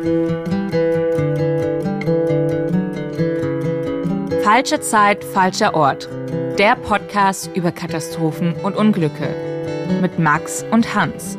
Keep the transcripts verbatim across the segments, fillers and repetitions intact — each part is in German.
Falsche Zeit, falscher Ort. Der Podcast über Katastrophen und Unglücke. Mit Max und Hans.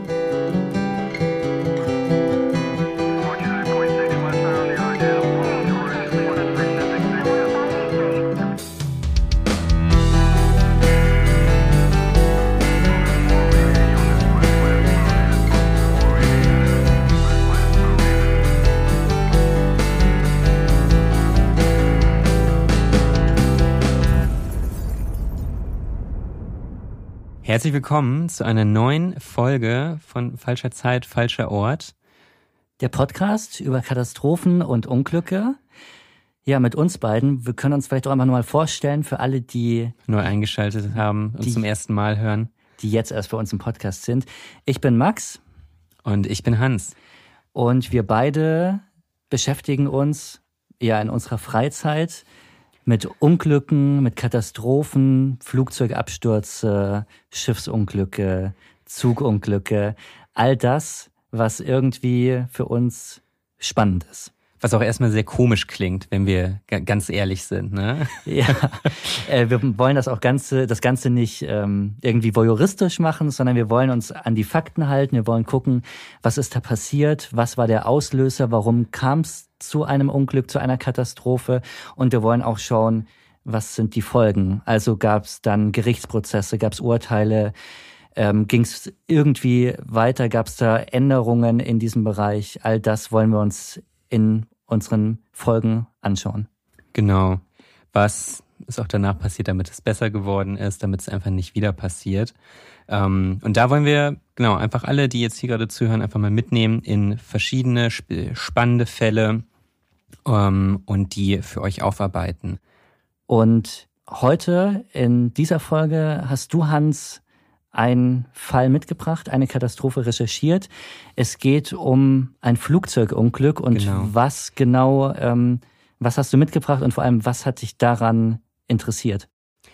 Herzlich willkommen zu einer neuen Folge von Falscher Zeit, falscher Ort. Der Podcast über Katastrophen und Unglücke. Ja, mit uns beiden. Wir können uns vielleicht auch einmal nochmal vorstellen für alle, die neu eingeschaltet haben und die, zum ersten Mal hören. Die jetzt erst bei uns im Podcast sind. Ich bin Max. Und ich bin Hans. Und wir beide beschäftigen uns ja in unserer Freizeit mit Unglücken, mit Katastrophen, Flugzeugabstürze, Schiffsunglücke, Zugunglücke, all das, was irgendwie für uns spannend ist. Was auch erstmal sehr komisch klingt, wenn wir g- ganz ehrlich sind, ne? Ja, äh, wir wollen das auch Ganze, das Ganze nicht ähm, irgendwie voyeuristisch machen, sondern wir wollen uns an die Fakten halten. Wir wollen gucken, was ist da passiert, was war der Auslöser, warum kam es zu einem Unglück, zu einer Katastrophe. Und wir wollen auch schauen, was sind die Folgen. Also gab es dann Gerichtsprozesse, gab es Urteile, ähm, ging es irgendwie weiter, gab es da Änderungen in diesem Bereich. All das wollen wir uns in unseren Folgen anschauen. Genau. Was ist auch danach passiert, damit es besser geworden ist, damit es einfach nicht wieder passiert. Ähm, und da wollen wir, genau, einfach alle, die jetzt hier gerade zuhören, einfach mal mitnehmen in verschiedene sp- spannende Fälle ähm, und die für euch aufarbeiten. Und heute in dieser Folge hast du, Hans, einen Fall mitgebracht, eine Katastrophe recherchiert. Es geht um ein Flugzeugunglück und genau. was genau, ähm, was hast du mitgebracht und vor allem, was hat dich daran interessiert?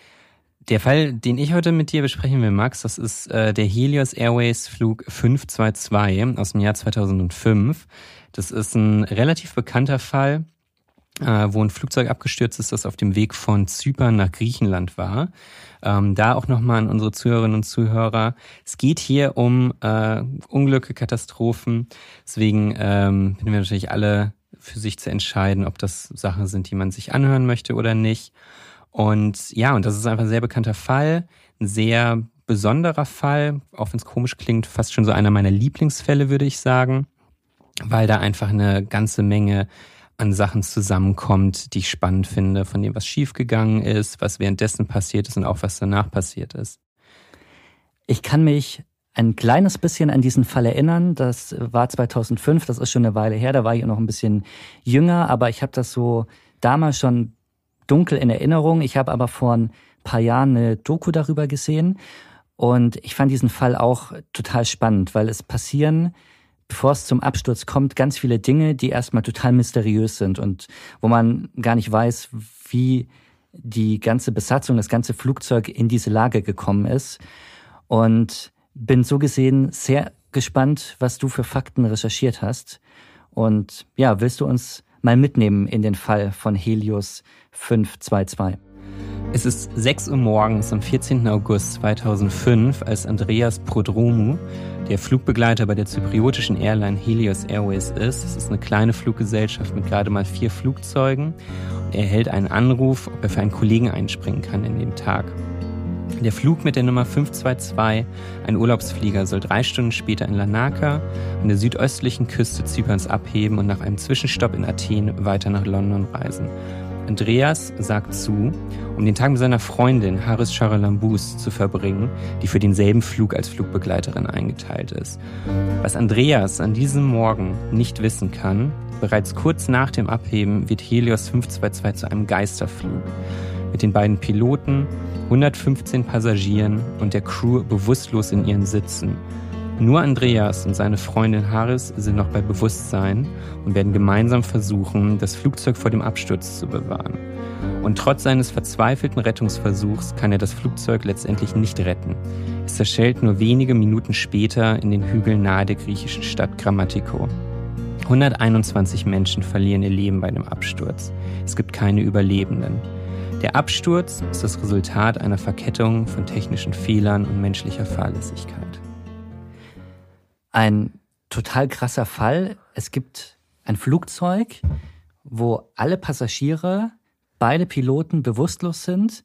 Der Fall, den ich heute mit dir besprechen will, Max, das ist äh, der Helios Airways Flug fünf zwei zwei aus dem Jahr zweitausendfünf. Das ist ein relativ bekannter Fall, äh, wo ein Flugzeug abgestürzt ist, das auf dem Weg von Zypern nach Griechenland war. Ähm, da auch nochmal an unsere Zuhörerinnen und Zuhörer. Es geht hier um äh, Unglücke, Katastrophen. Deswegen ähm, sind wir natürlich alle für sich zu entscheiden, ob das Sachen sind, die man sich anhören möchte oder nicht. Und ja, und das ist einfach ein sehr bekannter Fall, ein sehr besonderer Fall, auch wenn es komisch klingt, fast schon so einer meiner Lieblingsfälle, würde ich sagen, weil da einfach eine ganze Menge an Sachen zusammenkommt, die ich spannend finde, von dem, was schiefgegangen ist, was währenddessen passiert ist und auch was danach passiert ist. Ich kann mich ein kleines bisschen an diesen Fall erinnern. Das war zweitausendfünf, das ist schon eine Weile her, da war ich noch ein bisschen jünger, aber ich habe das so damals schon dunkel in Erinnerung. Ich habe aber vor ein paar Jahren eine Doku darüber gesehen und ich fand diesen Fall auch total spannend, weil es passieren, bevor es zum Absturz kommt, ganz viele Dinge, die erstmal total mysteriös sind und wo man gar nicht weiß, wie die ganze Besatzung, das ganze Flugzeug in diese Lage gekommen ist. Und bin so gesehen sehr gespannt, was du für Fakten recherchiert hast. Und ja, willst du uns mal mitnehmen in den Fall von Helios fünf zwei zwei? Es ist sechs Uhr morgens am vierzehnten August zweitausendfünf, als Andreas Prodromou, der Flugbegleiter bei der zypriotischen Airline Helios Airways ist. Es ist eine kleine Fluggesellschaft mit gerade mal vier Flugzeugen. Er erhält einen Anruf, ob er für einen Kollegen einspringen kann in dem Tag. Der Flug mit der Nummer fünf zwei zwei, ein Urlaubsflieger, soll drei Stunden später in Larnaca an der südöstlichen Küste Zyperns abheben und nach einem Zwischenstopp in Athen weiter nach London reisen. Andreas sagt zu, um den Tag mit seiner Freundin Haris Charalambous zu verbringen, die für denselben Flug als Flugbegleiterin eingeteilt ist. Was Andreas an diesem Morgen nicht wissen kann, bereits kurz nach dem Abheben wird Helios fünf zwei zwei zu einem Geisterflug. Mit den beiden Piloten, hundertfünfzehn Passagieren und der Crew bewusstlos in ihren Sitzen. Nur Andreas und seine Freundin Haris sind noch bei Bewusstsein und werden gemeinsam versuchen, das Flugzeug vor dem Absturz zu bewahren. Und trotz seines verzweifelten Rettungsversuchs kann er das Flugzeug letztendlich nicht retten. Es zerschellt nur wenige Minuten später in den Hügeln nahe der griechischen Stadt Grammatiko. hunderteinundzwanzig Menschen verlieren ihr Leben bei dem Absturz. Es gibt keine Überlebenden. Der Absturz ist das Resultat einer Verkettung von technischen Fehlern und menschlicher Fahrlässigkeit. Ein total krasser Fall. Es gibt ein Flugzeug, wo alle Passagiere, beide Piloten bewusstlos sind,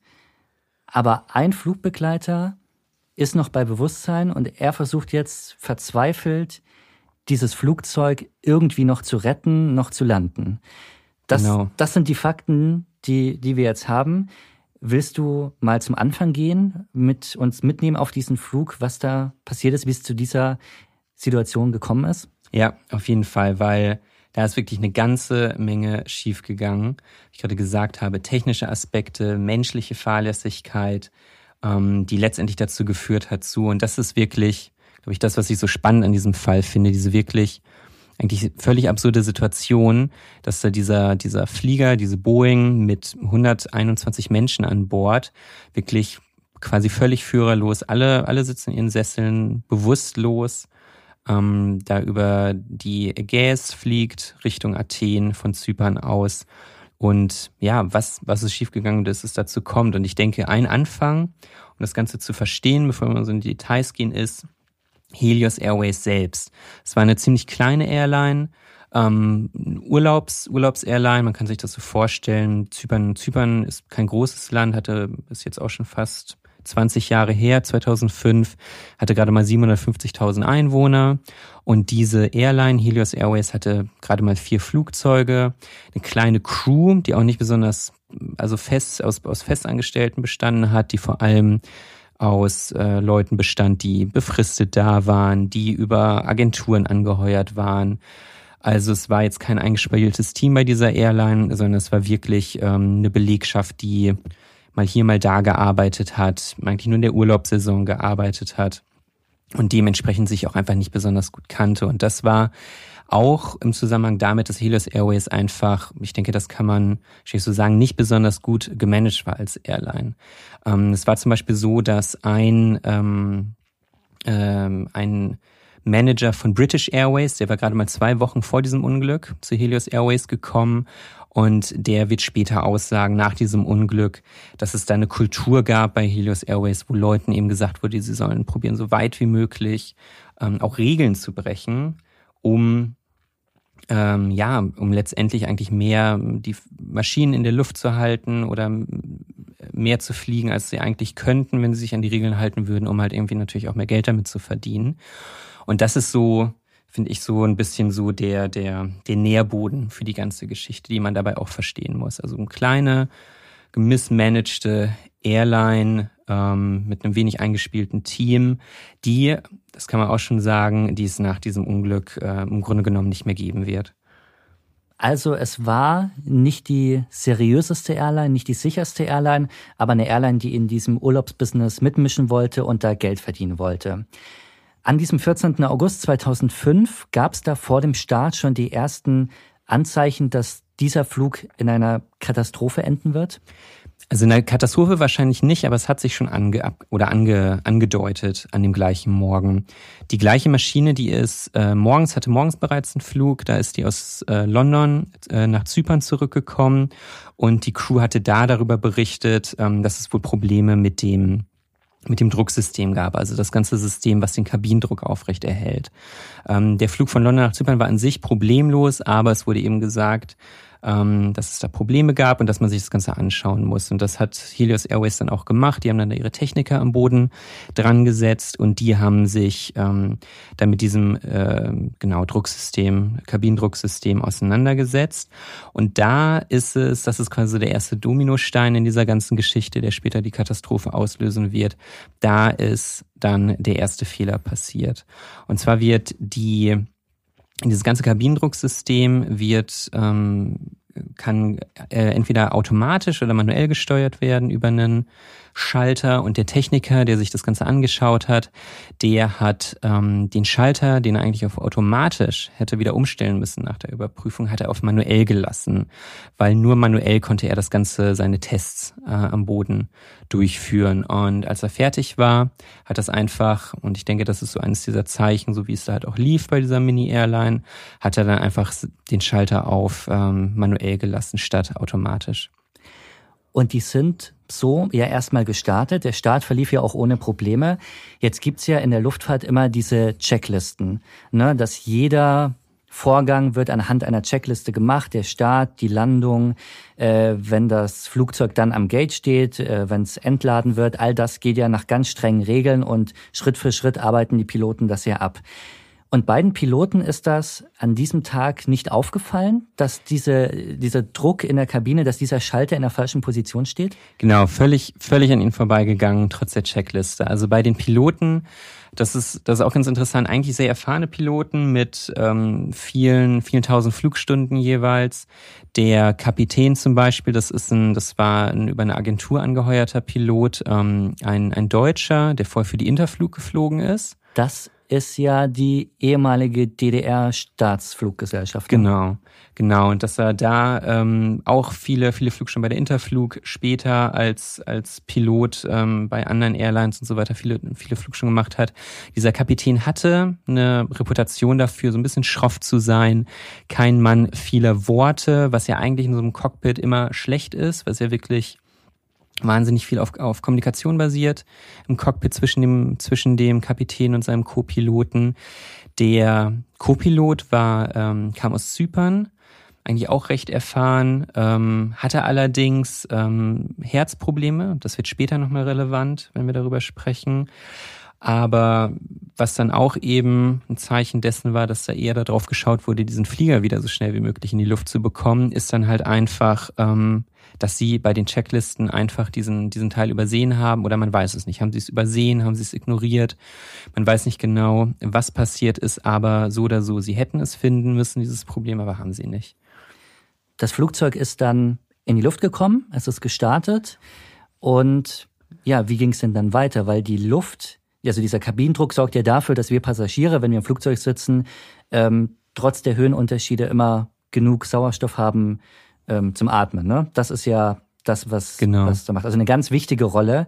aber ein Flugbegleiter ist noch bei Bewusstsein und er versucht jetzt verzweifelt, dieses Flugzeug irgendwie noch zu retten, noch zu landen. Das, genau. Das sind die Fakten, die, die wir jetzt haben. Willst du mal zum Anfang gehen, mit uns mitnehmen auf diesen Flug, was da passiert ist, wie es zu dieser Situation gekommen ist? Ja, auf jeden Fall, weil da ist wirklich eine ganze Menge schiefgegangen. Wie ich gerade gesagt habe, technische Aspekte, menschliche Fahrlässigkeit, ähm, die letztendlich dazu geführt hat zu. Und das ist wirklich, glaube ich, das, was ich so spannend an diesem Fall finde, diese wirklich eigentlich völlig absurde Situation, dass da dieser, dieser Flieger, diese Boeing mit hunderteinundzwanzig Menschen an Bord wirklich quasi völlig führerlos, alle, alle sitzen in ihren Sesseln, bewusstlos, ähm, da über die Ägäis fliegt Richtung Athen von Zypern aus. Und ja, was, was ist schiefgegangen, dass es dazu kommt. Und ich denke, ein Anfang, um das Ganze zu verstehen, bevor wir so in die Details gehen, ist Helios Airways selbst. Es war eine ziemlich kleine Airline, ähm, Urlaubs, Urlaubs-Airline, man kann sich das so vorstellen. Zypern, Zypern ist kein großes Land, hatte, ist jetzt auch schon fast zwanzig Jahre her, zweitausendfünf, hatte gerade mal siebenhundertfünfzigtausend Einwohner und diese Airline, Helios Airways, hatte gerade mal vier Flugzeuge, eine kleine Crew, die auch nicht besonders, also fest, aus, aus Festangestellten bestanden hat, die vor allem aus äh, Leuten bestand, die befristet da waren, die über Agenturen angeheuert waren. Also es war jetzt kein eingespieltes Team bei dieser Airline, sondern es war wirklich ähm, eine Belegschaft, die mal hier, mal da gearbeitet hat, eigentlich nur in der Urlaubssaison gearbeitet hat und dementsprechend sich auch einfach nicht besonders gut kannte. Und das war auch im Zusammenhang damit, dass Helios Airways einfach, ich denke, das kann man schlecht so sagen, nicht besonders gut gemanagt war als Airline. Ähm, es war zum Beispiel so, dass ein, ähm, ähm, ein Manager von British Airways, der war gerade mal zwei Wochen vor diesem Unglück zu Helios Airways gekommen und der wird später aussagen, nach diesem Unglück, dass es da eine Kultur gab bei Helios Airways, wo Leuten eben gesagt wurde, sie sollen probieren, so weit wie möglich ähm, auch Regeln zu brechen, um ähm, ja, um letztendlich eigentlich mehr die Maschinen in der Luft zu halten oder mehr zu fliegen, als sie eigentlich könnten, wenn sie sich an die Regeln halten würden, um halt irgendwie natürlich auch mehr Geld damit zu verdienen. Und das ist so, finde ich, so ein bisschen so der, der, der Nährboden für die ganze Geschichte, die man dabei auch verstehen muss. Also eine kleine, gemissmanagte Airline ähm, mit einem wenig eingespielten Team, die, das kann man auch schon sagen, die es nach diesem Unglück äh, im Grunde genommen nicht mehr geben wird. Also es war nicht die seriöseste Airline, nicht die sicherste Airline, aber eine Airline, die in diesem Urlaubsbusiness mitmischen wollte und da Geld verdienen wollte. An diesem vierzehnten August zweitausendfünf gab es da vor dem Start schon die ersten Anzeichen, dass dieser Flug in einer Katastrophe enden wird? Also in einer Katastrophe wahrscheinlich nicht, aber es hat sich schon ange, oder ange, angedeutet an dem gleichen Morgen. Die gleiche Maschine, die ist äh, morgens, hatte morgens bereits einen Flug, da ist die aus äh, London äh, nach Zypern zurückgekommen und die Crew hatte da darüber berichtet, ähm, dass es wohl Probleme mit dem mit dem Drucksystem gab, also das ganze System, was den Kabinendruck aufrecht erhält. Ähm, der Flug von London nach Zypern war an sich problemlos, aber es wurde eben gesagt, ähm, dass es da Probleme gab und dass man sich das Ganze anschauen muss. Und das hat Helios Airways dann auch gemacht. Die haben dann da ihre Techniker am Boden dran gesetzt und die haben sich ähm, dann mit diesem äh, genau Drucksystem, Kabinendrucksystem auseinandergesetzt. Und da ist es, das ist quasi der erste Dominostein in dieser ganzen Geschichte, der später die Katastrophe auslösen wird. Da ist dann der erste Fehler passiert. Und zwar wird die Dieses ganze Kabinendrucksystem wird ähm, kann äh, entweder automatisch oder manuell gesteuert werden über einen Schalter, und der Techniker, der sich das Ganze angeschaut hat, der hat ähm, den Schalter, den er eigentlich auf automatisch hätte wieder umstellen müssen nach der Überprüfung, hat er auf manuell gelassen, weil nur manuell konnte er das Ganze, seine Tests äh, am Boden durchführen. Und als er fertig war, hat das einfach, und ich denke, das ist so eines dieser Zeichen, so wie es da halt auch lief bei dieser Mini-Airline, hat er dann einfach den Schalter auf ähm, manuell gelassen statt automatisch. Und die sind so ja erstmal gestartet. Der Start verlief ja auch ohne Probleme. Jetzt gibt's ja in der Luftfahrt immer diese Checklisten, ne, dass jeder Vorgang wird anhand einer Checkliste gemacht. Der Start, die Landung, äh, wenn das Flugzeug dann am Gate steht, äh, wenn es entladen wird, all das geht ja nach ganz strengen Regeln und Schritt für Schritt arbeiten die Piloten das ja ab. Und beiden Piloten ist das an diesem Tag nicht aufgefallen, dass diese, dieser Druck in der Kabine, dass dieser Schalter in der falschen Position steht? Genau, völlig, völlig an ihnen vorbeigegangen, trotz der Checkliste. Also bei den Piloten, das ist, das ist auch ganz interessant, eigentlich sehr erfahrene Piloten mit ähm, vielen, vielen tausend Flugstunden jeweils. Der Kapitän zum Beispiel, das ist ein, das war ein über eine Agentur angeheuerter Pilot, ähm, ein, ein Deutscher, der vorher für die Interflug geflogen ist. Das ist ja die ehemalige D D R-Staatsfluggesellschaft. Genau, genau. Und dass er da ähm, auch viele, viele Flugstunden bei der Interflug, später als als Pilot ähm, bei anderen Airlines und so weiter viele, viele Flugstunden gemacht hat. Dieser Kapitän hatte eine Reputation dafür, so ein bisschen schroff zu sein, kein Mann vieler Worte, was ja eigentlich in so einem Cockpit immer schlecht ist, was ja wirklich wahnsinnig viel auf, auf Kommunikation basiert im Cockpit zwischen dem, zwischen dem Kapitän und seinem Co-Piloten. Der Co-Pilot war, ähm, kam aus Zypern, eigentlich auch recht erfahren, ähm, hatte allerdings ähm, Herzprobleme. Das wird später nochmal relevant, wenn wir darüber sprechen. Aber was dann auch eben ein Zeichen dessen war, dass da eher darauf geschaut wurde, diesen Flieger wieder so schnell wie möglich in die Luft zu bekommen, ist dann halt einfach, ähm, dass sie bei den Checklisten einfach diesen diesen Teil übersehen haben, oder man weiß es nicht. Haben sie es übersehen, haben sie es ignoriert? Man weiß nicht genau, was passiert ist, aber so oder so, sie hätten es finden müssen, dieses Problem, aber haben sie nicht. Das Flugzeug ist dann in die Luft gekommen, es ist gestartet, und ja, wie ging es denn dann weiter? Weil die Luft, also dieser Kabinendruck sorgt ja dafür, dass wir Passagiere, wenn wir im Flugzeug sitzen, ähm, trotz der Höhenunterschiede immer genug Sauerstoff haben ähm, zum Atmen. Ne? Das ist ja das, was, genau. was da macht. Also eine ganz wichtige Rolle.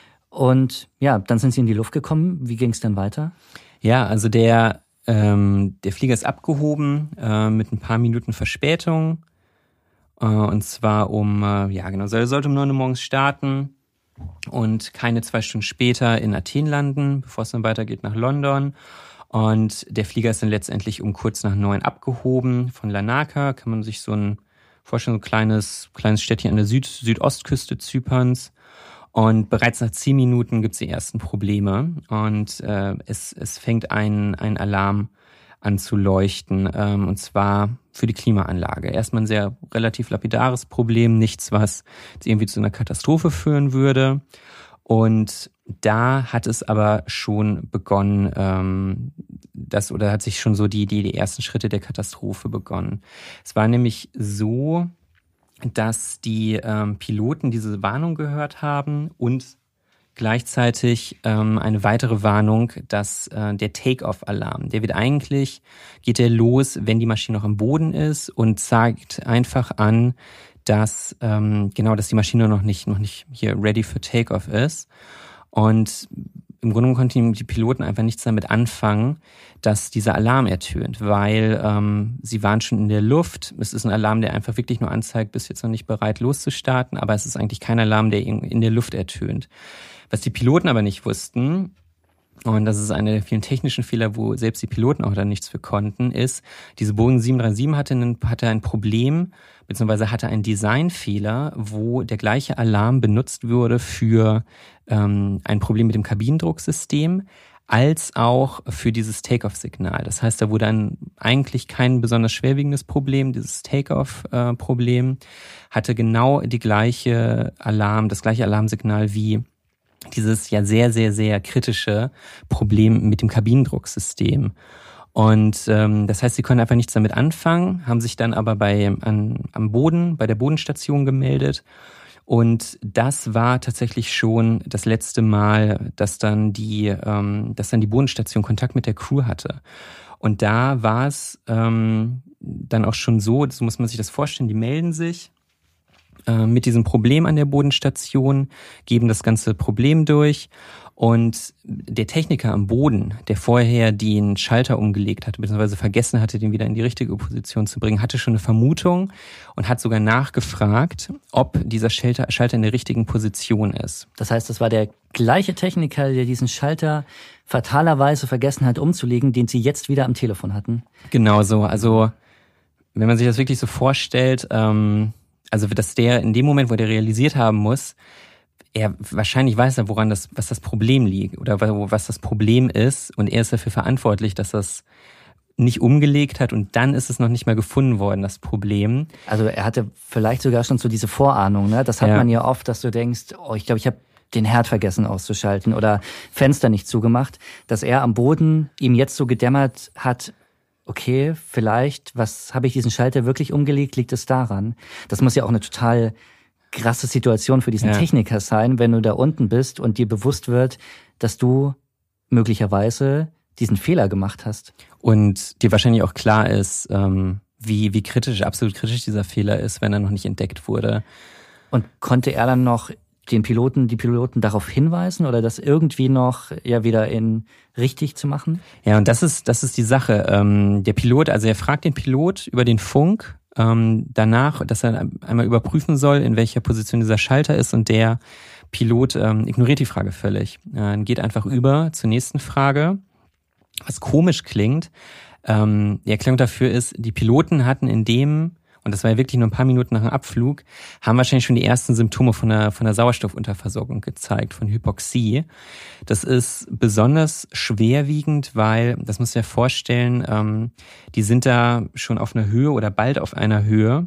Und ja, dann sind sie in die Luft gekommen. Wie ging es dann weiter? Ja, also der, ähm, der Flieger ist abgehoben äh, mit ein paar Minuten Verspätung. Äh, und zwar um, äh, ja genau, er sollte um neun Uhr morgens starten und keine zwei Stunden später in Athen landen, bevor es dann weitergeht nach London. Und der Flieger ist dann letztendlich um kurz nach neun abgehoben von Larnaca. Kann man sich so ein vorstellen, so ein kleines, kleines Städtchen an der Süd- Südostküste Zyperns. Und bereits nach zehn Minuten gibt es die ersten Probleme. Und äh, es, es fängt ein, ein Alarm an zu leuchten. Ähm, und zwar für die Klimaanlage. Erstmal ein sehr relativ lapidares Problem, nichts, was irgendwie zu einer Katastrophe führen würde. Und da hat es aber schon begonnen, ähm, das oder hat sich schon so die, die, die ersten Schritte der Katastrophe begonnen. Es war nämlich so, dass die ähm, Piloten diese Warnung gehört haben und gleichzeitig ähm, eine weitere Warnung, dass äh, der Take-off-Alarm, der wird eigentlich, geht der los, wenn die Maschine noch am Boden ist und zeigt einfach an, dass ähm, genau, dass die Maschine noch nicht noch nicht hier ready für Take-off ist. Und im Grunde konnten die Piloten einfach nichts damit anfangen, dass dieser Alarm ertönt, weil ähm, sie waren schon in der Luft. Es ist ein Alarm, der einfach wirklich nur anzeigt, bis jetzt noch nicht bereit loszustarten, aber es ist eigentlich kein Alarm, der in der Luft ertönt. Was die Piloten aber nicht wussten, und das ist einer der vielen technischen Fehler, wo selbst die Piloten auch da nichts für konnten, ist, diese Boeing sieben drei sieben hatte ein, hatte ein Problem, beziehungsweise hatte einen Designfehler, wo der gleiche Alarm benutzt wurde für ähm, ein Problem mit dem Kabinendrucksystem, als auch für dieses Take-off-Signal. Das heißt, da wurde ein, eigentlich kein besonders schwerwiegendes Problem, dieses Take-off-Problem hatte genau die gleiche Alarm, das gleiche Alarmsignal wie dieses ja sehr, sehr, sehr kritische Problem mit dem Kabinendrucksystem. Und ähm, das heißt, sie konnten einfach nichts damit anfangen, haben sich dann aber bei an, am Boden, bei der Bodenstation gemeldet. Und das war tatsächlich schon das letzte Mal, dass dann die, ähm, dass dann die Bodenstation Kontakt mit der Crew hatte. Und da war es ähm, dann auch schon so, so muss man sich das vorstellen, die melden sich äh, mit diesem Problem an der Bodenstation, geben das ganze Problem durch. Und der Techniker am Boden, der vorher den Schalter umgelegt hatte, beziehungsweise vergessen hatte, den wieder in die richtige Position zu bringen, hatte schon eine Vermutung und hat sogar nachgefragt, ob dieser Schalter, Schalter in der richtigen Position ist. Das heißt, das war der gleiche Techniker, der diesen Schalter fatalerweise vergessen hat umzulegen, den sie jetzt wieder am Telefon hatten? Genau so. Also wenn man sich das wirklich so vorstellt, ähm, also dass der in dem Moment, wo der realisiert haben muss, er wahrscheinlich weiß er, woran das, was das Problem liegt oder was das Problem ist, und er ist dafür verantwortlich, dass das nicht umgelegt hat, und dann ist es noch nicht mal gefunden worden, das Problem. Also er hatte vielleicht sogar schon so diese Vorahnung, ne? Das hat ja. man ja oft, dass du denkst, oh, ich glaube, ich habe den Herd vergessen auszuschalten oder Fenster nicht zugemacht, dass er am Boden ihm jetzt so gedämmert hat, okay, vielleicht, was habe ich diesen Schalter wirklich umgelegt, liegt es daran? Das muss ja auch eine total krasse Situation für diesen ja. Techniker sein, wenn du da unten bist und dir bewusst wird, dass du möglicherweise diesen Fehler gemacht hast. Und dir wahrscheinlich auch klar ist, ähm, wie, wie kritisch, absolut kritisch dieser Fehler ist, wenn er noch nicht entdeckt wurde. Und konnte er dann noch den Piloten, die Piloten darauf hinweisen oder das irgendwie noch ja wieder in richtig zu machen? Ja, und das ist, das ist die Sache. Ähm, der Pilot, also er fragt den Pilot über den Funk, ähm, danach, dass er einmal überprüfen soll, in welcher Position dieser Schalter ist, und der Pilot ähm, ignoriert die Frage völlig. Äh, geht einfach über zur nächsten Frage, was komisch klingt. Ähm, die Erklärung dafür ist, die Piloten hatten in dem, und das war ja wirklich nur ein paar Minuten nach dem Abflug, haben wahrscheinlich schon die ersten Symptome von einer, von einer Sauerstoffunterversorgung gezeigt, von Hypoxie. Das ist besonders schwerwiegend, weil, das musst du dir vorstellen, ähm, die sind da schon auf einer Höhe oder bald auf einer Höhe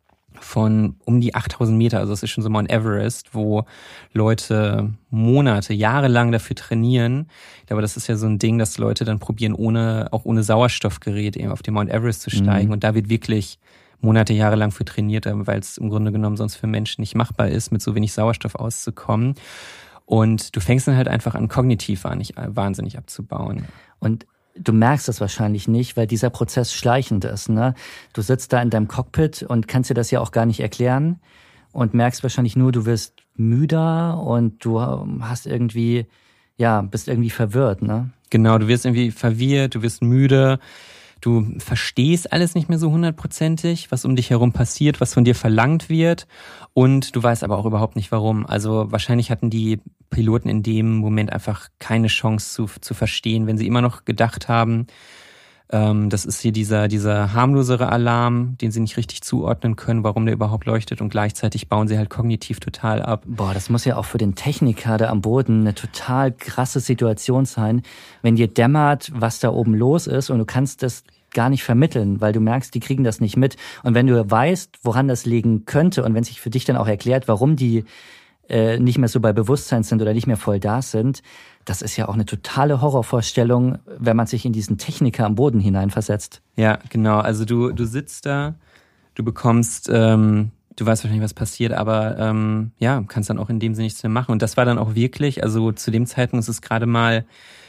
von um die achttausend Meter. Also das ist schon so Mount Everest, wo Leute Monate, Jahre lang dafür trainieren. Aber das ist ja so ein Ding, dass Leute dann probieren, ohne auch ohne Sauerstoffgerät eben auf den Mount Everest zu steigen. Mhm. Und da wird wirklich Monate, Jahre lang für trainiert, weil es im Grunde genommen sonst für Menschen nicht machbar ist, mit so wenig Sauerstoff auszukommen. Und du fängst dann halt einfach an, kognitiv wahnsinnig abzubauen. Und du merkst das wahrscheinlich nicht, weil dieser Prozess schleichend ist, ne? Du sitzt da in deinem Cockpit und kannst dir das ja auch gar nicht erklären und merkst wahrscheinlich nur, du wirst müder und du hast irgendwie, ja, bist irgendwie verwirrt, ne? Genau, du wirst irgendwie verwirrt, du wirst müde. Du verstehst alles nicht mehr so hundertprozentig, was um dich herum passiert, was von dir verlangt wird, und du weißt aber auch überhaupt nicht warum. Also wahrscheinlich hatten die Piloten in dem Moment einfach keine Chance zu, zu verstehen, wenn sie immer noch gedacht haben, ähm, das ist hier dieser, dieser harmlosere Alarm, den sie nicht richtig zuordnen können, warum der überhaupt leuchtet, und gleichzeitig bauen sie halt kognitiv total ab. Boah, das muss ja auch für den Techniker da am Boden eine total krasse Situation sein, wenn dir dämmert, was da oben los ist, und du kannst das gar nicht vermitteln, weil du merkst, die kriegen das nicht mit. Und wenn du weißt, woran das liegen könnte, und wenn sich für dich dann auch erklärt, warum die äh, nicht mehr so bei Bewusstsein sind oder nicht mehr voll da sind, das ist ja auch eine totale Horrorvorstellung, wenn man sich in diesen Techniker am Boden hineinversetzt. Ja, genau. Also du du sitzt da, du bekommst, ähm, du weißt wahrscheinlich, was passiert, aber ähm, ja, kannst dann auch in dem Sinne nichts mehr machen. Und das war dann auch wirklich, also zu dem Zeitpunkt ist es gerade mal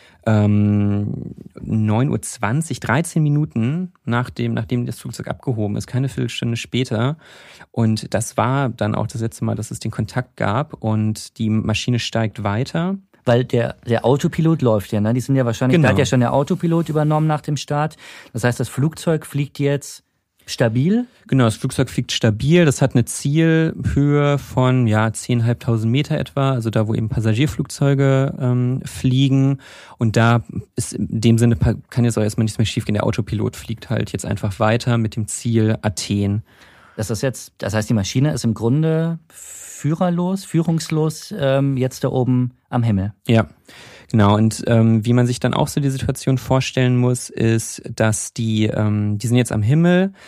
ähm, neun Uhr zwanzig, dreizehn Minuten nach dem, nachdem das Flugzeug abgehoben ist, keine Viertelstunde später. Und das war dann auch das letzte Mal, dass es den Kontakt gab, und die Maschine steigt weiter. Weil der, der Autopilot läuft ja, ne? Die sind ja wahrscheinlich, genau. Da hat ja schon der Autopilot übernommen nach dem Start. Das heißt, das Flugzeug fliegt jetzt stabil? Genau, das Flugzeug fliegt stabil. Das hat eine Zielhöhe von, ja, zehntausendfünfhundert Meter etwa. Also da, wo eben Passagierflugzeuge ähm, fliegen. Und da ist in dem Sinne, kann jetzt auch erstmal nichts mehr schiefgehen. Der Autopilot fliegt halt jetzt einfach weiter mit dem Ziel Athen. Das ist jetzt, das heißt, die Maschine ist im Grunde führerlos, führungslos ähm, jetzt da oben am Himmel. Ja, genau. Und ähm, wie man sich dann auch so die Situation vorstellen muss, ist, dass die, ähm, die sind jetzt am Himmel,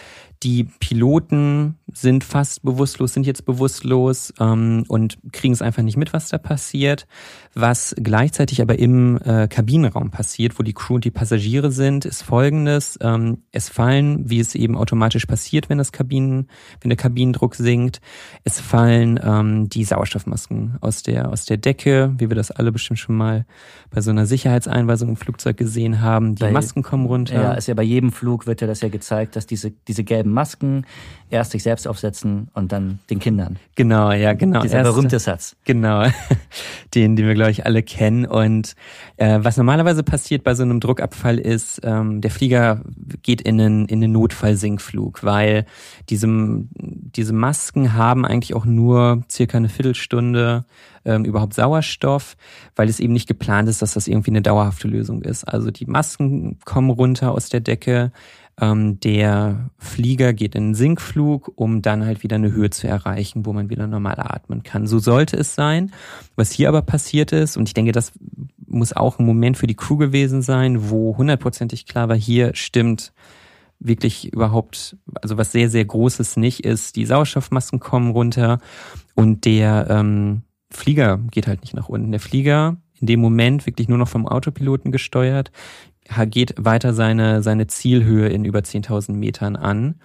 Die Piloten sind fast bewusstlos, sind jetzt bewusstlos ähm, und kriegen es einfach nicht mit, was da passiert. Was gleichzeitig aber im äh, Kabinenraum passiert, wo die Crew und die Passagiere sind, ist Folgendes. Ähm, es fallen, wie es eben automatisch passiert, wenn das Kabinen, wenn der Kabinendruck sinkt, es fallen ähm, die Sauerstoffmasken aus der aus der Decke, wie wir das alle bestimmt schon mal bei so einer Sicherheitseinweisung im Flugzeug gesehen haben. Die bei, Masken kommen runter. Ja, ist ja bei jedem Flug wird ja das ja gezeigt, dass diese diese gelben Masken erst sich selbst aufsetzen und dann den Kindern. Genau, ja, genau. Dieser erst, berühmte Satz. Genau, den, den wir, glaube ich, alle kennen. Und äh, was normalerweise passiert bei so einem Druckabfall ist, ähm, der Flieger geht in einen, in einen Notfallsinkflug, weil diese, diese Masken haben eigentlich auch nur circa eine Viertelstunde ähm, überhaupt Sauerstoff, weil es eben nicht geplant ist, dass das irgendwie eine dauerhafte Lösung ist. Also die Masken kommen runter aus der Decke, Ähm, der Flieger geht in den Sinkflug, um dann halt wieder eine Höhe zu erreichen, wo man wieder normal atmen kann. So sollte es sein. Was hier aber passiert ist, und ich denke, das muss auch ein Moment für die Crew gewesen sein, wo hundertprozentig klar war, hier stimmt wirklich überhaupt, also was sehr, sehr Großes nicht ist, die Sauerstoffmasken kommen runter und der ähm, Flieger geht halt nicht nach unten. Der Flieger, in dem Moment wirklich nur noch vom Autopiloten gesteuert, geht weiter seine seine Zielhöhe in über zehntausend Metern an.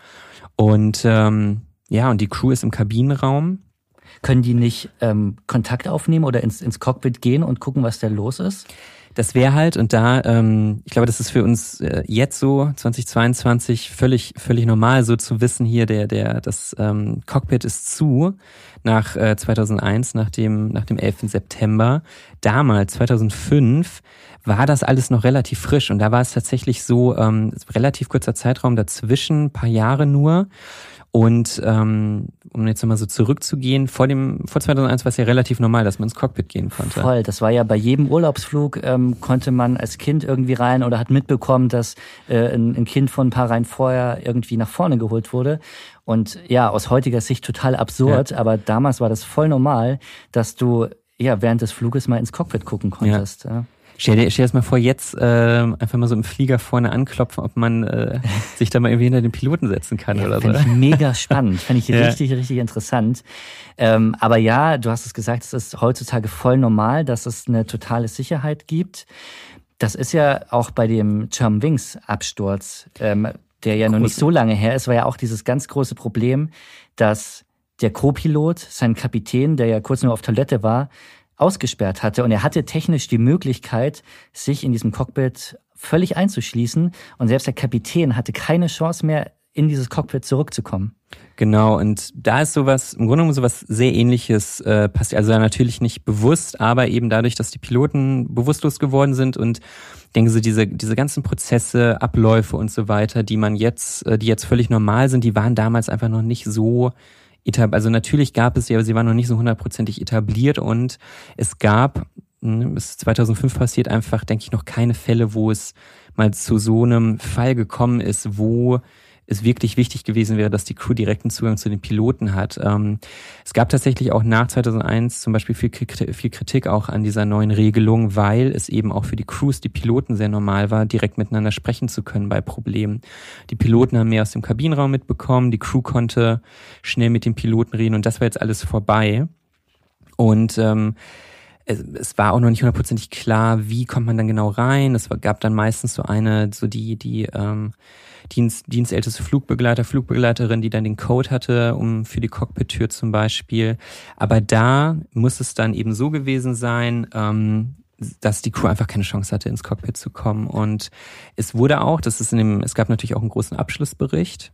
Und ähm, ja, und die Crew ist im Kabinenraum. Können die nicht ähm, Kontakt aufnehmen oder ins, ins Cockpit gehen und gucken, was da los ist? Das wäre halt, und da, ähm, ich glaube, das ist für uns äh, jetzt so, zweitausendzweiundzwanzig, völlig völlig normal, so zu wissen, hier, der der das ähm, Cockpit ist zu nach äh, zweitausendeins, nach dem nach dem elften September. Damals, zweitausendfünf, war das alles noch relativ frisch und da war es tatsächlich so, ähm, relativ kurzer Zeitraum dazwischen, ein paar Jahre nur. Und ähm, um jetzt nochmal so zurückzugehen, vor dem vor zweitausendeins war es ja relativ normal, dass man ins Cockpit gehen konnte. Voll, das war ja bei jedem Urlaubsflug, ähm, konnte man als Kind irgendwie rein oder hat mitbekommen, dass äh, ein, ein Kind von ein paar Reihen vorher irgendwie nach vorne geholt wurde. Und ja, aus heutiger Sicht total absurd, ja. Aber damals war das voll normal, dass du ja während des Fluges mal ins Cockpit gucken konntest. Ja. Ja. Stell dir, stell dir das mal vor, jetzt äh, einfach mal so im Flieger vorne anklopfen, ob man äh, sich da mal irgendwie hinter den Piloten setzen kann ja, oder so. Fände ich mega spannend, fände ich ja. richtig, richtig interessant. Ähm, aber ja, du hast es gesagt, es ist heutzutage voll normal, dass es eine totale Sicherheit gibt. Das ist ja auch bei dem Germanwings-Absturz, ähm, der ja noch nicht so lange her ist, war ja auch dieses ganz große Problem, dass der Co-Pilot, sein Kapitän, der ja kurz nur auf Toilette war, ausgesperrt hatte und er hatte technisch die Möglichkeit, sich in diesem Cockpit völlig einzuschließen und selbst der Kapitän hatte keine Chance mehr, in dieses Cockpit zurückzukommen. Genau, und da ist sowas, im Grunde genommen sowas sehr Ähnliches äh, passiert, also natürlich nicht bewusst, aber eben dadurch, dass die Piloten bewusstlos geworden sind und ich denke so diese diese ganzen Prozesse, Abläufe und so weiter, die man jetzt, äh, die jetzt völlig normal sind, die waren damals einfach noch nicht so etab- also natürlich gab es sie, aber sie waren noch nicht so hundertprozentig etabliert und es gab, es ist zweitausendfünf passiert, einfach, denke ich, noch keine Fälle, wo es mal zu so einem Fall gekommen ist, wo es wirklich wichtig gewesen wäre, dass die Crew direkten Zugang zu den Piloten hat. Ähm, es gab tatsächlich auch nach zweitausendeins zum Beispiel viel, viel Kritik auch an dieser neuen Regelung, weil es eben auch für die Crews, die Piloten sehr normal war, direkt miteinander sprechen zu können bei Problemen. Die Piloten haben mehr aus dem Kabinenraum mitbekommen, die Crew konnte schnell mit den Piloten reden und das war jetzt alles vorbei. Und ähm, es, es war auch noch nicht hundertprozentig klar, wie kommt man dann genau rein. Es gab dann meistens so eine, so die, die ähm, Dienst, dienstälteste Flugbegleiter, Flugbegleiterin, die dann den Code hatte, um für die Cockpit-Tür zum Beispiel. Aber da muss es dann eben so gewesen sein, ähm, dass die Crew einfach keine Chance hatte, ins Cockpit zu kommen. Und es wurde auch, das ist in dem, es gab natürlich auch einen großen Abschlussbericht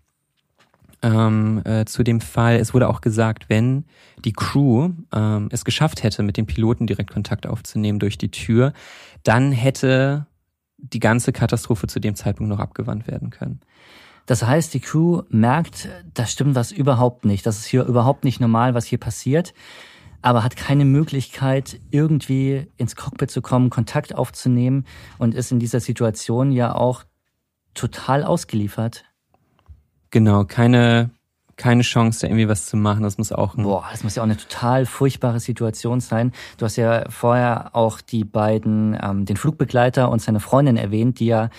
ähm, äh, zu dem Fall. Es wurde auch gesagt, wenn die Crew ähm, es geschafft hätte, mit den Piloten direkt Kontakt aufzunehmen durch die Tür, dann hätte die ganze Katastrophe zu dem Zeitpunkt noch abgewandt werden können. Das heißt, die Crew merkt, da stimmt was überhaupt nicht. Das ist hier überhaupt nicht normal, was hier passiert, aber hat keine Möglichkeit, irgendwie ins Cockpit zu kommen, Kontakt aufzunehmen und ist in dieser Situation ja auch total ausgeliefert. Genau, keine keine Chance, da irgendwie was zu machen. Das muss auch ein Boah, das muss ja auch eine total furchtbare Situation sein. Du hast ja vorher auch die beiden, ähm, den Flugbegleiter und seine Freundin erwähnt, die ja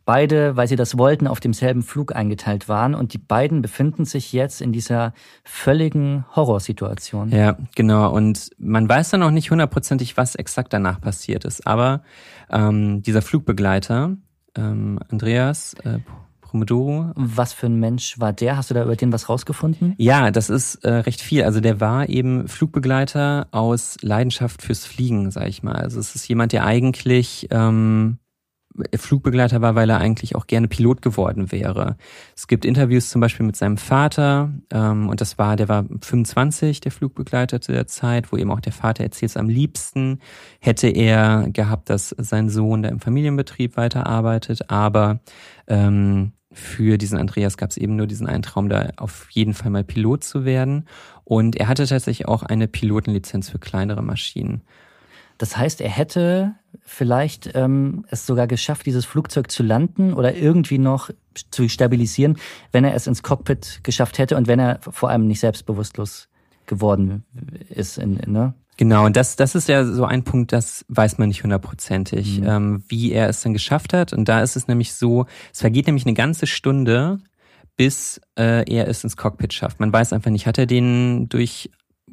beide, weil sie das wollten, auf demselben Flug eingeteilt waren und die beiden befinden sich jetzt in dieser völligen Horrorsituation. Ja, genau. Und man weiß dann auch nicht hundertprozentig, was exakt danach passiert ist. Aber ähm, dieser Flugbegleiter, ähm, Andreas äh, Pomodoro. Was für ein Mensch war der? Hast du da über den was rausgefunden? Ja, das ist äh, recht viel. Also der war eben Flugbegleiter aus Leidenschaft fürs Fliegen, sag ich mal. Also es ist jemand, der eigentlich ähm, Flugbegleiter war, weil er eigentlich auch gerne Pilot geworden wäre. Es gibt Interviews zum Beispiel mit seinem Vater ähm, und das war, der war fünfundzwanzig, der Flugbegleiter zu der Zeit, wo eben auch der Vater erzählt, es am liebsten hätte er gehabt, dass sein Sohn da im Familienbetrieb weiterarbeitet, aber ähm, für diesen Andreas gab es eben nur diesen einen Traum, da auf jeden Fall mal Pilot zu werden und er hatte tatsächlich auch eine Pilotenlizenz für kleinere Maschinen. Das heißt, er hätte vielleicht ähm, es sogar geschafft, dieses Flugzeug zu landen oder irgendwie noch zu stabilisieren, wenn er es ins Cockpit geschafft hätte und wenn er vor allem nicht selbstbewusstlos geworden ist. In, ne? Genau, und das das ist ja so ein Punkt, das weiß man nicht hundertprozentig, Mhm. ähm, wie er es dann geschafft hat. Und da ist es nämlich so, es vergeht nämlich eine ganze Stunde, bis äh, er es ins Cockpit schafft. Man weiß einfach nicht, hat er den durch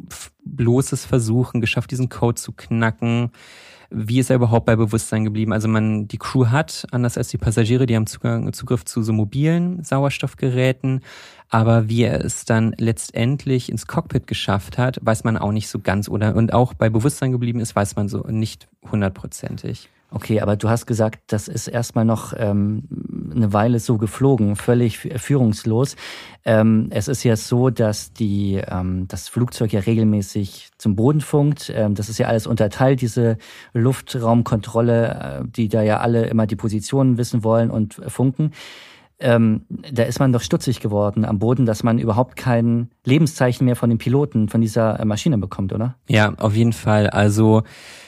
bloßes Versuchen geschafft, diesen Code zu knacken? Wie ist er überhaupt bei Bewusstsein geblieben? Also man, die Crew hat, anders als die Passagiere, die haben Zugang, Zugriff zu so mobilen Sauerstoffgeräten, aber wie er es dann letztendlich ins Cockpit geschafft hat, weiß man auch nicht so ganz, oder? Und auch bei Bewusstsein geblieben ist, weiß man so nicht hundertprozentig. Okay, aber du hast gesagt, das ist erstmal noch ähm, eine Weile so geflogen, völlig führungslos. Ähm, es ist ja so, dass die ähm, das Flugzeug ja regelmäßig zum Boden funkt. Ähm, das ist ja alles unterteilt, diese Luftraumkontrolle, äh, die da ja alle immer die Positionen wissen wollen und äh, funken. Ähm, da ist man doch stutzig geworden am Boden, dass man überhaupt kein Lebenszeichen mehr von den Piloten, von dieser Maschine bekommt, oder? Ja, auf jeden Fall. Also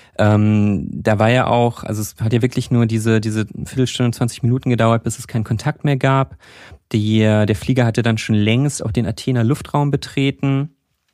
Ähm, da war ja auch, also es hat ja wirklich nur diese diese Viertelstunde, zwanzig Minuten gedauert, bis es keinen Kontakt mehr gab. Die, der Flieger hatte dann schon längst auch den Athener Luftraum betreten,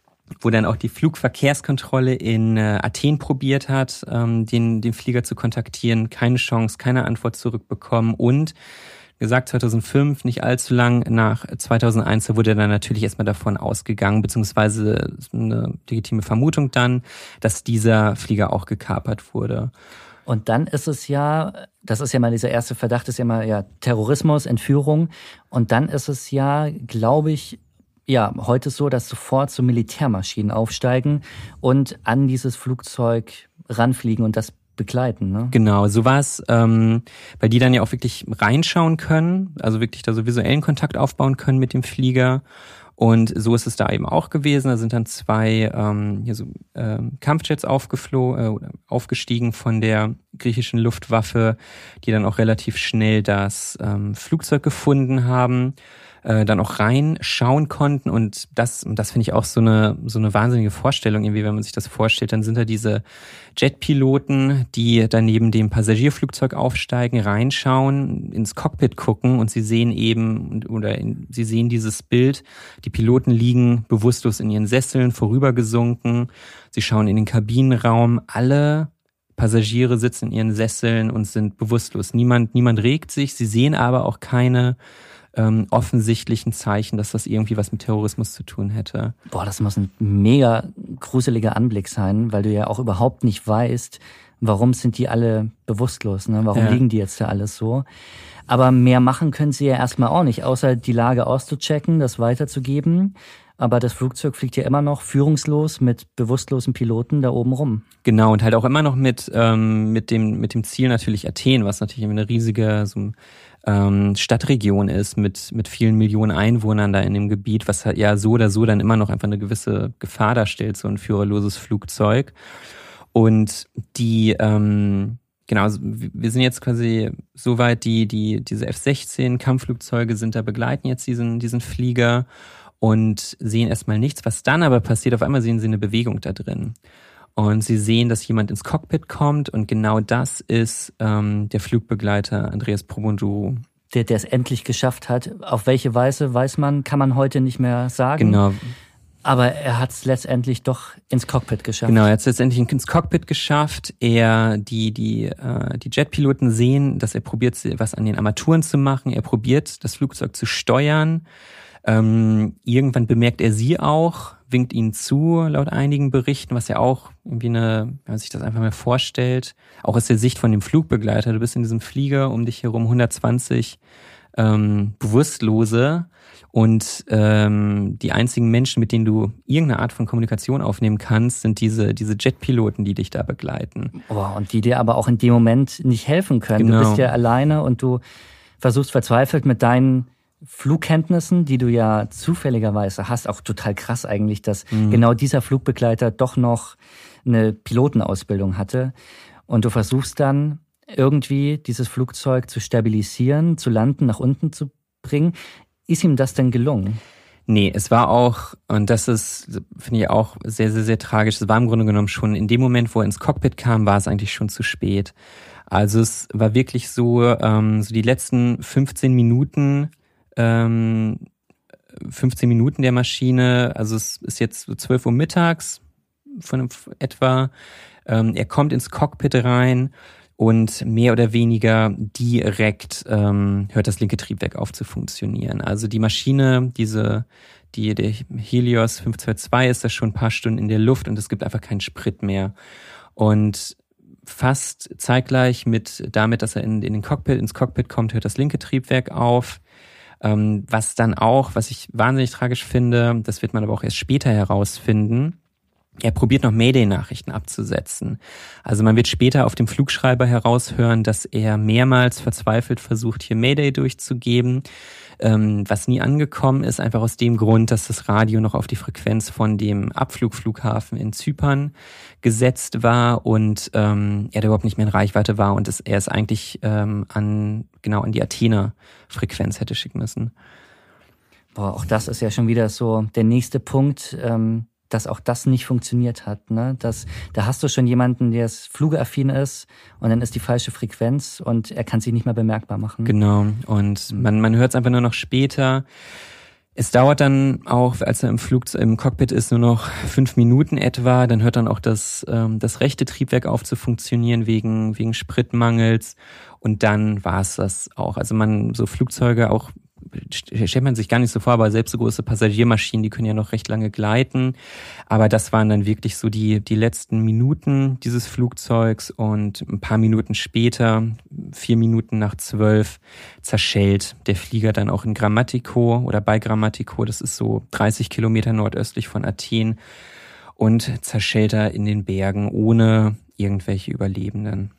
wo dann auch die Flugverkehrskontrolle in äh, Athen probiert hat, ähm, den den Flieger zu kontaktieren. Keine Chance, keine Antwort zurückbekommen und gesagt, zweitausendfünf, nicht allzu lang nach zweitausendeins, wurde dann natürlich erstmal davon ausgegangen, beziehungsweise eine legitime Vermutung dann, dass dieser Flieger auch gekapert wurde. Und dann ist es ja, das ist ja mal dieser erste Verdacht, ist ja mal ja Terrorismus, Entführung. Und dann ist es ja, glaube ich, ja, heute so, dass sofort so Militärmaschinen aufsteigen und an dieses Flugzeug ranfliegen und das begleiten, ne? Genau, so war es, ähm, weil die dann ja auch wirklich reinschauen können, also wirklich da so visuellen Kontakt aufbauen können mit dem Flieger. Und so ist es da eben auch gewesen. Da sind dann zwei ähm, hier so ähm, Kampfjets aufgeflogen, äh, aufgestiegen von der griechischen Luftwaffe, die dann auch relativ schnell das ähm, Flugzeug gefunden haben, äh, dann auch reinschauen konnten. Und das, das finde ich auch so eine so eine wahnsinnige Vorstellung, irgendwie, wenn man sich das vorstellt. Dann sind da diese Jetpiloten, die dann neben dem Passagierflugzeug aufsteigen, reinschauen, ins Cockpit gucken und sie sehen eben, oder in, sie sehen dieses Bild, die Piloten liegen bewusstlos in ihren Sesseln, vorübergesunken, sie schauen in den Kabinenraum, alle Passagiere sitzen in ihren Sesseln und sind bewusstlos. Niemand, niemand regt sich, sie sehen aber auch keine ähm, offensichtlichen Zeichen, dass das irgendwie was mit Terrorismus zu tun hätte. Boah, das muss ein mega gruseliger Anblick sein, weil du ja auch überhaupt nicht weißt, warum sind die alle bewusstlos, ne? Warum ja. liegen die jetzt da alles so? Aber mehr machen können sie ja erstmal auch nicht, außer die Lage auszuchecken, das weiterzugeben. Aber das Flugzeug fliegt ja immer noch führungslos mit bewusstlosen Piloten da oben rum. Genau, und halt auch immer noch mit ähm, mit dem mit dem Ziel natürlich Athen, was natürlich eine riesige so, ähm, Stadtregion ist mit mit vielen Millionen Einwohnern da in dem Gebiet, was halt ja so oder so dann immer noch einfach eine gewisse Gefahr darstellt, so ein führerloses Flugzeug. Und die ähm, Genau, also wir sind jetzt quasi so weit, die die diese F sechzehn Kampfflugzeuge sind da, begleiten jetzt diesen diesen Flieger und sehen erstmal nichts. Was dann aber passiert, auf einmal sehen sie eine Bewegung da drin. Und sie sehen, dass jemand ins Cockpit kommt und genau das ist ähm, der Flugbegleiter Andreas Pomodoro. Der, der es endlich geschafft hat. Auf welche Weise weiß man, kann man heute nicht mehr sagen. Genau. Aber er hat es letztendlich doch ins Cockpit geschafft. Genau, er hat es letztendlich ins Cockpit geschafft. Er, die, die, äh, die Jetpiloten sehen, dass er probiert, was an den Armaturen zu machen. Er probiert, das Flugzeug zu steuern. Ähm, irgendwann bemerkt er sie auch, winkt ihnen zu, laut einigen Berichten, was ja auch irgendwie eine, wenn man sich das einfach mal vorstellt, auch aus der Sicht von dem Flugbegleiter. Du bist in diesem Flieger, um dich herum hundertzwanzig ähm, Bewusstlose. Und ähm, die einzigen Menschen, mit denen du irgendeine Art von Kommunikation aufnehmen kannst, sind diese diese Jetpiloten, die dich da begleiten. Oh, und die dir aber auch in dem Moment nicht helfen können. Genau. Du bist ja alleine und du versuchst verzweifelt mit deinen Flugkenntnissen, die du ja zufälligerweise hast, auch total krass eigentlich, dass mhm. genau dieser Flugbegleiter doch noch eine Pilotenausbildung hatte. Und du versuchst dann irgendwie dieses Flugzeug zu stabilisieren, zu landen, nach unten zu bringen. Ist ihm das denn gelungen? Nee, es war auch, und das ist, finde ich auch sehr, sehr, sehr tragisch, es war im Grunde genommen schon, in dem Moment, wo er ins Cockpit kam, war es eigentlich schon zu spät. Also es war wirklich so, ähm, so die letzten fünfzehn Minuten, ähm, fünfzehn Minuten der Maschine, also es ist jetzt so zwölf Uhr mittags von etwa, ähm, er kommt ins Cockpit rein und mehr oder weniger direkt ähm, hört das linke Triebwerk auf zu funktionieren. Also die Maschine, diese, die der Helios fünf zwei zwei ist da schon ein paar Stunden in der Luft und es gibt einfach keinen Sprit mehr. Und fast zeitgleich mit damit, dass er in, in den Cockpit, ins Cockpit kommt, hört das linke Triebwerk auf. Ähm, was dann auch, was ich wahnsinnig tragisch finde, das wird man aber auch erst später herausfinden, er probiert noch Mayday-Nachrichten abzusetzen. Also man wird später auf dem Flugschreiber heraushören, dass er mehrmals verzweifelt versucht, hier Mayday durchzugeben, ähm, was nie angekommen ist, einfach aus dem Grund, dass das Radio noch auf die Frequenz von dem Abflugflughafen in Zypern gesetzt war und ähm, er da überhaupt nicht mehr in Reichweite war und es, er es eigentlich ähm, an genau an die Athener Frequenz hätte schicken müssen. Boah, auch das ist ja schon wieder so der nächste Punkt, ähm dass auch das nicht funktioniert hat, ne? Das, da hast du schon jemanden, der flugeaffin ist und dann ist die falsche Frequenz und er kann sich nicht mehr bemerkbar machen. Genau, und man, man hört es einfach nur noch später. Es dauert dann auch, als er im Flug im Cockpit ist, nur noch fünf Minuten etwa, dann hört dann auch das, ähm, das rechte Triebwerk auf zu funktionieren wegen, wegen Spritmangels und dann war es das auch. Also man, so Flugzeuge auch, stellt man sich gar nicht so vor, aber selbst so große Passagiermaschinen, die können ja noch recht lange gleiten. Aber das waren dann wirklich so die, die letzten Minuten dieses Flugzeugs und ein paar Minuten später, vier Minuten nach zwölf, zerschellt der Flieger dann auch in Grammatico oder bei Grammatico, das ist so dreißig Kilometer nordöstlich von Athen und zerschellt er in den Bergen ohne irgendwelche Überlebenden.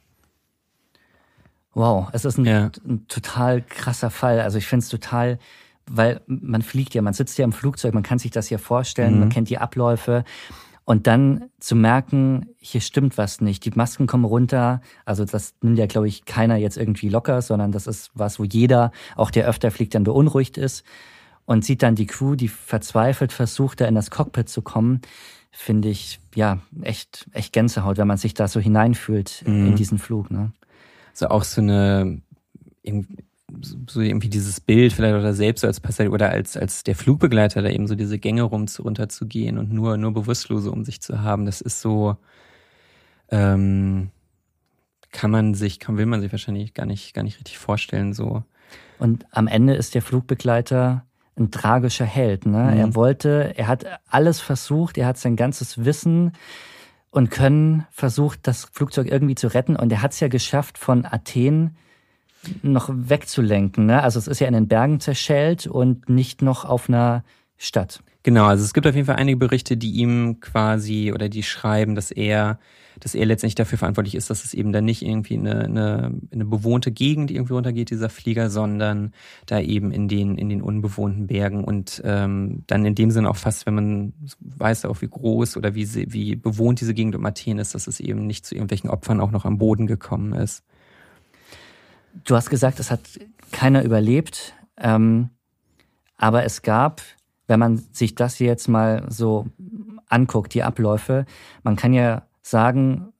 Wow, es ist ein, ja. ein total krasser Fall. Also ich finde es total, weil man fliegt ja, man sitzt ja im Flugzeug, man kann sich das ja vorstellen, mhm. man kennt die Abläufe und dann zu merken, hier stimmt was nicht, die Masken kommen runter, also das nimmt ja, glaube ich, keiner jetzt irgendwie locker, sondern das ist was, wo jeder, auch der öfter fliegt, dann beunruhigt ist und sieht dann die Crew, die verzweifelt versucht, da in das Cockpit zu kommen, finde ich, ja, echt, echt Gänsehaut, wenn man sich da so hineinfühlt mhm. in diesen Flug, ne? So auch so eine, so irgendwie dieses Bild vielleicht oder selbst so als Passagier oder als, als der Flugbegleiter da eben so diese Gänge rum zu, runter zu gehen und nur, nur Bewusstlose um sich zu haben, das ist so, ähm, kann man sich, kann, will man sich wahrscheinlich gar nicht, gar nicht richtig vorstellen, so. Und am Ende ist der Flugbegleiter ein tragischer Held, ne? Mhm. Er wollte, er hat alles versucht, er hat sein ganzes Wissen und Können versucht, das Flugzeug irgendwie zu retten. Und er hat es ja geschafft, von Athen noch wegzulenken, ne? Also es ist ja in den Bergen zerschellt und nicht noch auf einer Stadt. Genau, also es gibt auf jeden Fall einige Berichte, die ihm quasi oder die schreiben, dass er, dass er letztendlich dafür verantwortlich ist, dass es eben dann nicht irgendwie eine, eine, eine bewohnte Gegend irgendwie runtergeht, dieser Flieger, sondern da eben in den, in den unbewohnten Bergen und ähm, dann in dem Sinne auch fast, wenn man weiß auch wie groß oder wie, wie bewohnt diese Gegend um Athen ist, dass es eben nicht zu irgendwelchen Opfern auch noch am Boden gekommen ist. Du hast gesagt, es hat keiner überlebt, ähm, aber es gab, wenn man sich das jetzt mal so anguckt, die Abläufe, man kann ja sagen,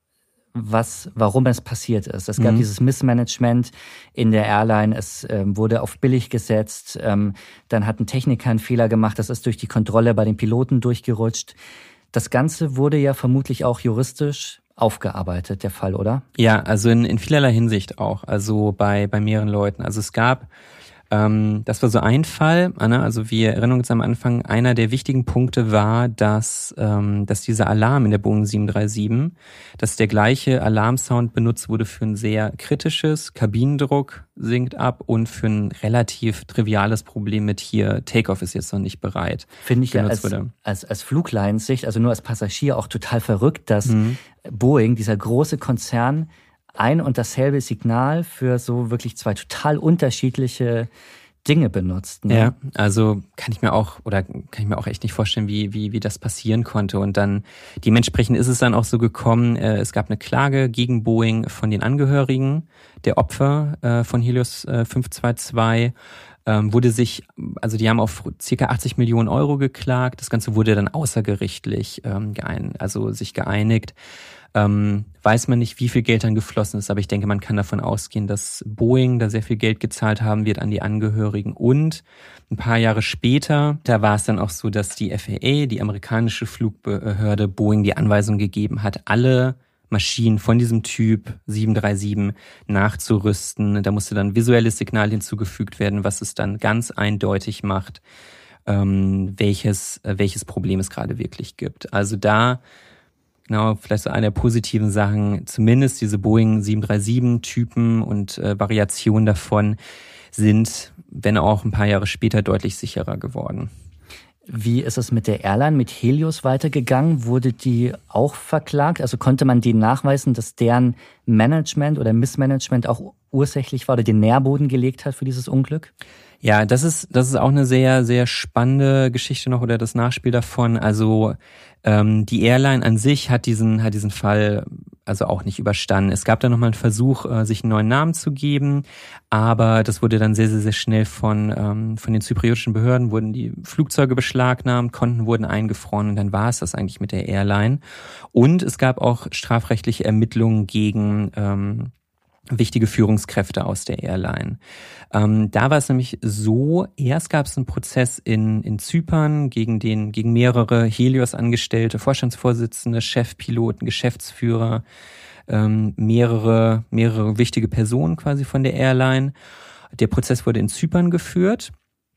was, warum es passiert ist. Es gab mhm. dieses Missmanagement in der Airline, es ähm, wurde auf billig gesetzt, ähm, dann hat ein Techniker einen Fehler gemacht, das ist durch die Kontrolle bei den Piloten durchgerutscht. Das Ganze wurde ja vermutlich auch juristisch aufgearbeitet, der Fall, oder? Ja, also in, in vielerlei Hinsicht auch, also bei, bei mehreren Leuten. Also es gab, ähm, das war so ein Fall, Anna, also wir erinnern uns am Anfang, einer der wichtigen Punkte war, dass, ähm, dass dieser Alarm in der Boeing sieben drei sieben, dass der gleiche Alarmsound benutzt wurde für ein sehr kritisches, Kabinendruck sinkt ab und für ein relativ triviales Problem mit hier, Takeoff ist jetzt noch nicht bereit. Finde ich ja als, als, als Flugleinsicht, also nur als Passagier auch total verrückt, dass mhm. Boeing, dieser große Konzern, ein und dasselbe Signal für so wirklich zwei total unterschiedliche Dinge benutzt. Ne? Ja, also kann ich mir auch, oder kann ich mir auch echt nicht vorstellen, wie, wie, wie das passieren konnte. Und dann, dementsprechend ist es dann auch so gekommen, äh, es gab eine Klage gegen Boeing von den Angehörigen der Opfer äh, von Helios äh, fünf zwei zwei. Ähm, wurde sich, also die haben auf circa achtzig Millionen Euro geklagt. Das Ganze wurde dann außergerichtlich ähm, geein, also sich geeinigt. Ähm, weiß man nicht, wie viel Geld dann geflossen ist, aber ich denke, man kann davon ausgehen, dass Boeing da sehr viel Geld gezahlt haben wird an die Angehörigen. Und ein paar Jahre später, da war es dann auch so, dass die F A A, die amerikanische Flugbehörde, Boeing die Anweisung gegeben hat, alle Maschinen von diesem Typ sieben drei sieben nachzurüsten. Da musste dann visuelles Signal hinzugefügt werden, was es dann ganz eindeutig macht, ähm, welches, welches Problem es gerade wirklich gibt. Also da genau, vielleicht so eine der positiven Sachen, zumindest diese Boeing sieben drei sieben Typen und äh, Variationen davon sind, wenn auch ein paar Jahre später, deutlich sicherer geworden. Wie ist es mit der Airline, mit Helios weitergegangen? Wurde die auch verklagt? Also konnte man denen nachweisen, dass deren Management oder Missmanagement auch ursächlich war oder den Nährboden gelegt hat für dieses Unglück? Ja, das ist das ist auch eine sehr, sehr spannende Geschichte noch oder das Nachspiel davon. Also ähm, die Airline an sich hat diesen hat diesen Fall also auch nicht überstanden. Es gab da nochmal einen Versuch, äh, sich einen neuen Namen zu geben, aber das wurde dann sehr, sehr, sehr schnell von ähm, von den zypriotischen Behörden, wurden die Flugzeuge beschlagnahmt, Konten wurden eingefroren und dann war es das eigentlich mit der Airline. Und es gab auch strafrechtliche Ermittlungen gegen ähm, wichtige Führungskräfte aus der Airline. Ähm, da war es nämlich so, erst gab es einen Prozess in, in Zypern gegen den, gegen mehrere Helios-Angestellte, Vorstandsvorsitzende, Chefpiloten, Geschäftsführer, ähm, mehrere, mehrere wichtige Personen quasi von der Airline. Der Prozess wurde in Zypern geführt.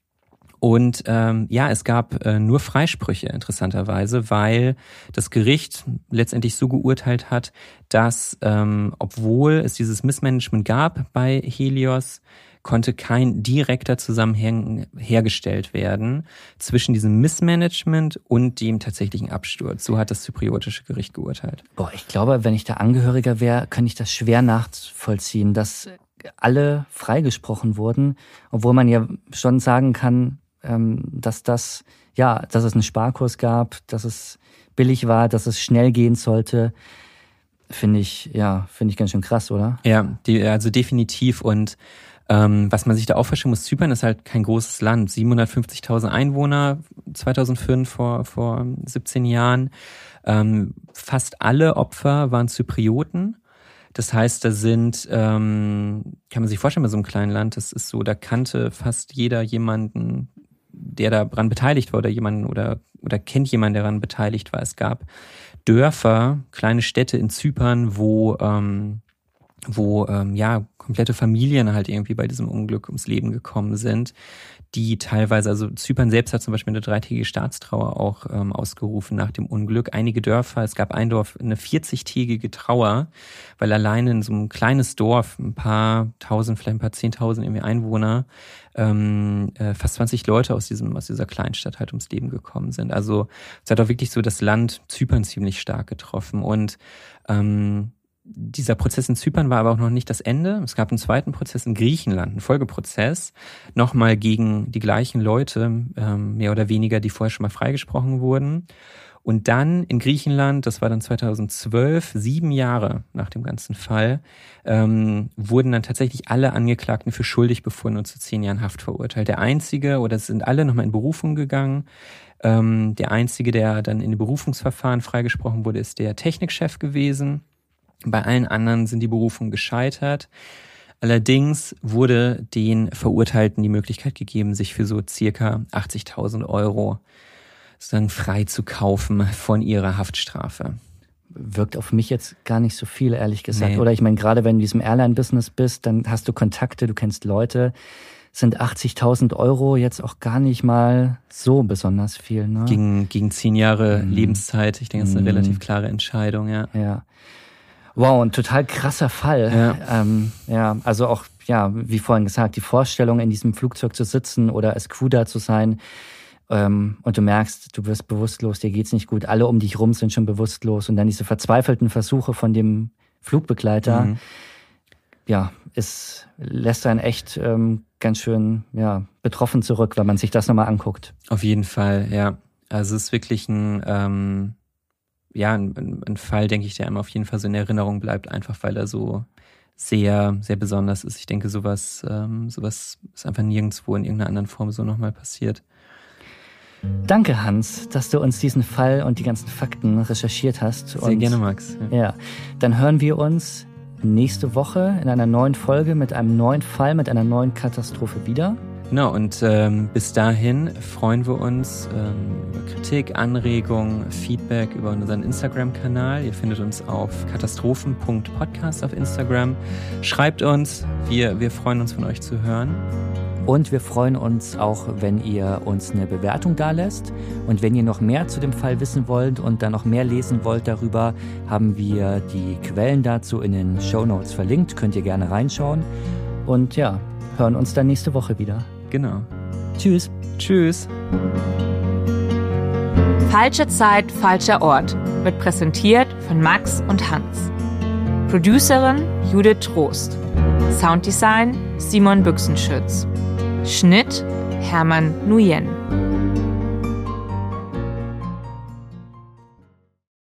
Und ähm, ja, es gab äh, nur Freisprüche, interessanterweise, weil das Gericht letztendlich so geurteilt hat, dass ähm, obwohl es dieses Missmanagement gab bei Helios, konnte kein direkter Zusammenhang hergestellt werden zwischen diesem Missmanagement und dem tatsächlichen Absturz. So hat das zypriotische Gericht geurteilt. Boah, ich glaube, wenn ich da Angehöriger wäre, könnte ich das schwer nachvollziehen, dass alle freigesprochen wurden, obwohl man ja schon sagen kann, dass das, ja, dass es einen Sparkurs gab, dass es billig war, dass es schnell gehen sollte, finde ich, ja, finde ich ganz schön krass, oder? Ja, die, also definitiv. Und ähm, was man sich da auch vorstellen muss, Zypern ist halt kein großes Land, siebenhundertfünfzigtausend Einwohner, zweitausendfünf, vor vor siebzehn Jahren. Ähm, fast alle Opfer waren Zyprioten. Das heißt, da sind, ähm, kann man sich vorstellen, bei so einem kleinen Land, das ist so, da kannte fast jeder jemanden, der daran beteiligt war oder jemanden oder oder kennt jemanden, der daran beteiligt war. Es gab Dörfer, kleine Städte in Zypern, wo ähm, wo ähm, ja komplette Familien halt irgendwie bei diesem Unglück ums Leben gekommen sind, die teilweise, also Zypern selbst hat zum Beispiel eine dreitägige Staatstrauer auch ähm, ausgerufen nach dem Unglück. Einige Dörfer, es gab ein Dorf, eine vierzigtägige Trauer, weil alleine in so einem kleines Dorf, ein paar tausend, vielleicht ein paar zehntausend irgendwie Einwohner, ähm, äh, fast zwanzig Leute aus diesem aus dieser Kleinstadt halt ums Leben gekommen sind. Also es hat auch wirklich so das Land Zypern ziemlich stark getroffen. Und ähm, dieser Prozess in Zypern war aber auch noch nicht das Ende. Es gab einen zweiten Prozess in Griechenland, einen Folgeprozess, nochmal gegen die gleichen Leute, ähm, mehr oder weniger, die vorher schon mal freigesprochen wurden. Und dann in Griechenland, das war dann zweitausendzwölf, sieben Jahre nach dem ganzen Fall, ähm, wurden dann tatsächlich alle Angeklagten für schuldig befunden und zu zehn Jahren Haft verurteilt. Der einzige, oder es sind alle nochmal in Berufung gegangen, ähm, der einzige, der dann in den Berufungsverfahren freigesprochen wurde, ist der Technikchef gewesen. Bei allen anderen sind die Berufungen gescheitert. Allerdings wurde den Verurteilten die Möglichkeit gegeben, sich für so circa achtzigtausend Euro sozusagen frei zu kaufen von ihrer Haftstrafe. Wirkt auf mich jetzt gar nicht so viel, ehrlich gesagt. Nee. Oder ich meine, gerade wenn du in diesem Airline-Business bist, dann hast du Kontakte, du kennst Leute. Sind achtzigtausend Euro jetzt auch gar nicht mal so besonders viel, ne? Gegen, gegen zehn Jahre Mhm. Lebenszeit. Ich denke, das ist eine Mhm. relativ klare Entscheidung, ja. Ja. Wow, ein total krasser Fall. Ja. Ähm, ja, also auch, ja, wie vorhin gesagt, die Vorstellung, in diesem Flugzeug zu sitzen oder als Crew da zu sein, ähm, und du merkst, du wirst bewusstlos, dir geht's nicht gut, alle um dich rum sind schon bewusstlos und dann diese verzweifelten Versuche von dem Flugbegleiter, Mhm. ja, es lässt einen echt ähm, ganz schön, ja, betroffen zurück, wenn man sich das nochmal anguckt. Auf jeden Fall, ja. Also es ist wirklich ein, ähm, ja, ein, ein Fall, denke ich, der einem auf jeden Fall so in Erinnerung bleibt, einfach weil er so sehr, sehr besonders ist. Ich denke, sowas, ähm, sowas ist einfach nirgendwo in irgendeiner anderen Form so nochmal passiert. Danke, Hans, dass du uns diesen Fall und die ganzen Fakten recherchiert hast. Sehr und, gerne, Max. Ja. Ja, dann hören wir uns nächste Woche in einer neuen Folge mit einem neuen Fall, mit einer neuen Katastrophe wieder. Genau, und ähm, bis dahin freuen wir uns ähm, über Kritik, Anregungen, Feedback über unseren Instagram-Kanal. Ihr findet uns auf katastrophen punkt podcast auf Instagram. Schreibt uns, wir, wir freuen uns, von euch zu hören. Und wir freuen uns auch, wenn ihr uns eine Bewertung dalässt. Und wenn ihr noch mehr zu dem Fall wissen wollt und dann noch mehr lesen wollt darüber, haben wir die Quellen dazu in den Shownotes verlinkt. Könnt ihr gerne reinschauen. Und ja, hören uns dann nächste Woche wieder. Genau. Tschüss. Tschüss. Falsche Zeit, falscher Ort wird präsentiert von Max und Hans. Producerin Judith Trost. Sounddesign Simon Büchsenschütz. Schnitt Hermann Nguyen.